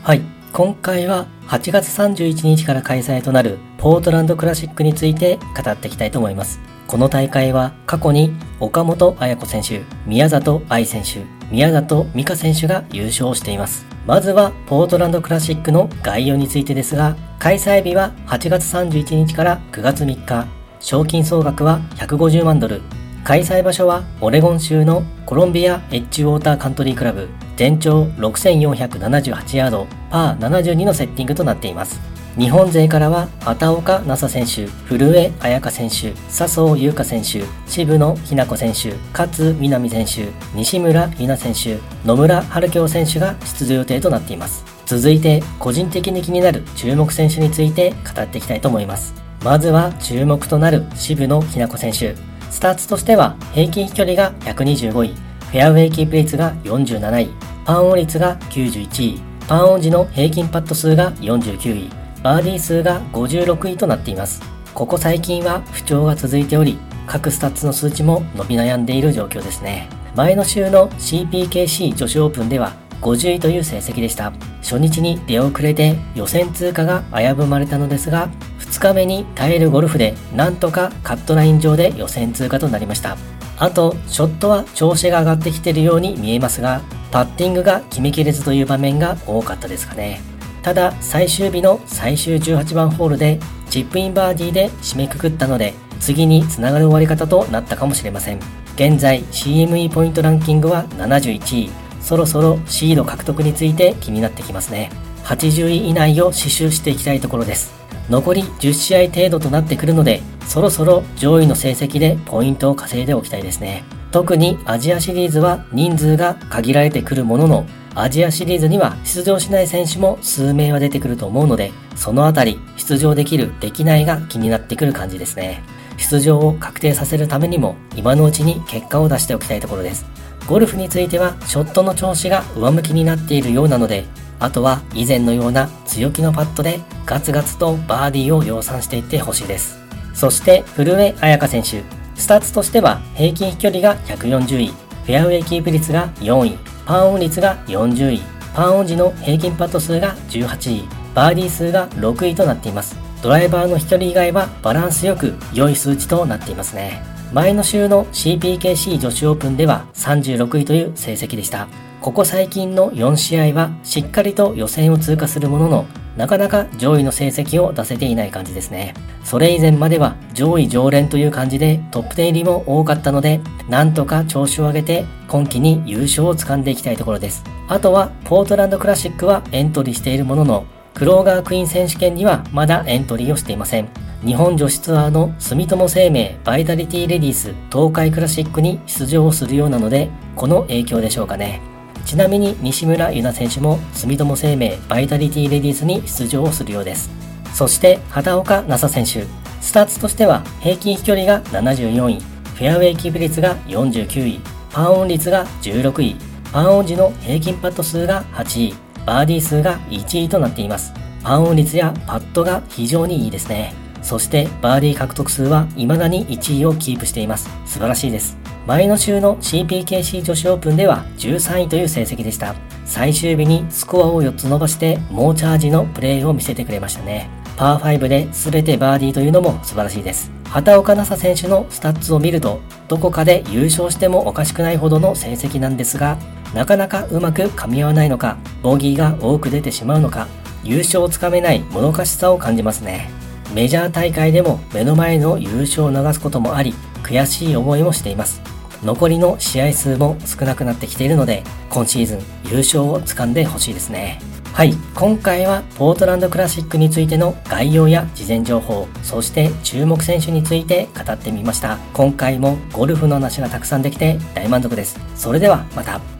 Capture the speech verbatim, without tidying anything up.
はい、今回ははちがつさんじゅういちにちから開催となるポートランドクラシックについて語っていきたいと思います。この大会は過去に岡本綾子選手、宮里藍選手、宮里美香選手が優勝しています。まずはポートランドクラシックの概要についてですが、開催日ははちがつさんじゅういちにちからくがつみっか、賞金総額はひゃくごじゅうまんドル、開催場所はオレゴン州のコロンビアエッジウォーターカントリークラブ、全長ろくせんよんひゃくななじゅうはちヤード、パーななじゅうにのセッティングとなっています。日本勢からは畑岡奈紗選手、古江彩佳選手、笹生優花選手、渋野日向子選手、勝みなみ選手、西村優菜選手、野村春京選手が出場予定となっています。続いて個人的に気になる注目選手について語っていきたいと思います。まずは注目となる渋野日向子選手。スタッツとしては平均飛距離がひゃくにじゅうごい、フェアウェイキープ率がよんじゅうなない、パーオン率がきゅうじゅういちい、パーオン時の平均パット数がよんじゅうきゅうい、バーディー数がごじゅうろくいとなっています。ここ最近は不調が続いており、各スタッツの数値も伸び悩んでいる状況ですね。前の週の シーピーケーシー 女子オープンではごじゅういという成績でした。初日に出遅れて予選通過が危ぶまれたのですが、ふつかめに耐えるゴルフでなんとかカットライン上で予選通過となりました。あとショットは調子が上がってきているように見えますが、パッティングが決めきれずという場面が多かったですかね。ただ最終日の最終じゅうはちばんホールでチップインバーディーで締めくくったので、次につながる終わり方となったかもしれません。現在 シーエムイー ポイントランキングはななじゅういちい、そろそろシード獲得について気になってきますね。はちじゅうい以内を死守していきたいところです。残りじゅっしあい程度となってくるので、そろそろ上位の成績でポイントを稼いでおきたいですね。特にアジアシリーズは人数が限られてくるものの、アジアシリーズには出場しない選手も数名は出てくると思うので、そのあたり出場できるできないが気になってくる感じですね。出場を確定させるためにも今のうちに結果を出しておきたいところです。ゴルフについてはショットの調子が上向きになっているようなので、あとは以前のような強気のパットでガツガツとバーディーを量産していってほしいです。そして古江彩佳選手、スタッツとしては平均飛距離がひゃくよんじゅうい、フェアウェイキープ率がよんい、パーオン率がよんじゅうい、パーオン時の平均パット数がじゅうはちい、バーディー数がろくいとなっています。ドライバーの飛距離以外はバランスよく良い数値となっていますね。前の週の シーピーケーシー 女子オープンではさんじゅうろくいという成績でした。ここ最近のよんしあいはしっかりと予選を通過するものの、なかなか上位の成績を出せていない感じですね。それ以前までは上位常連という感じでトップじゅう入りも多かったので、なんとか調子を上げて今季に優勝を掴んでいきたいところです。あとはポートランドクラシックはエントリーしているものの、クローガークイーン選手権にはまだエントリーをしていません。日本女子ツアーの住友生命バイタリティレディース東海クラシックに出場をするようなので、この影響でしょうかね。ちなみに西村優菜選手も住友生命バイタリティレディースに出場をするようです。そして畑岡奈紗選手、スタッツとしては平均飛距離がななじゅうよんい、フェアウェイキープ率がよんじゅうきゅうい、パーオン率がじゅうろくい、パーオン時の平均パット数がはちい、バーディー数がいちいとなっています。パーオン率やパットが非常にいいですね。そしてバーディー獲得数は未だにいちいをキープしています。素晴らしいです。前の週の シーピーケーシー 女子オープンではじゅうさんいという成績でした。最終日にスコアをよっつ伸ばして猛チャージのプレーを見せてくれましたね。パーごで全てバーディーというのも素晴らしいです。畑岡奈紗選手のスタッツを見ると、どこかで優勝してもおかしくないほどの成績なんですが、なかなかうまく噛み合わないのか、ボギーが多く出てしまうのか、優勝をつかめないもどかしさを感じますね。メジャー大会でも目の前の優勝を逃すこともあり、悔しい思いもしています。残りの試合数も少なくなってきているので、今シーズン優勝を掴んでほしいですね。はい、今回はポートランドクラシックについての概要や事前情報、そして注目選手について語ってみました。今回もゴルフの話がたくさんできて大満足です。それではまた。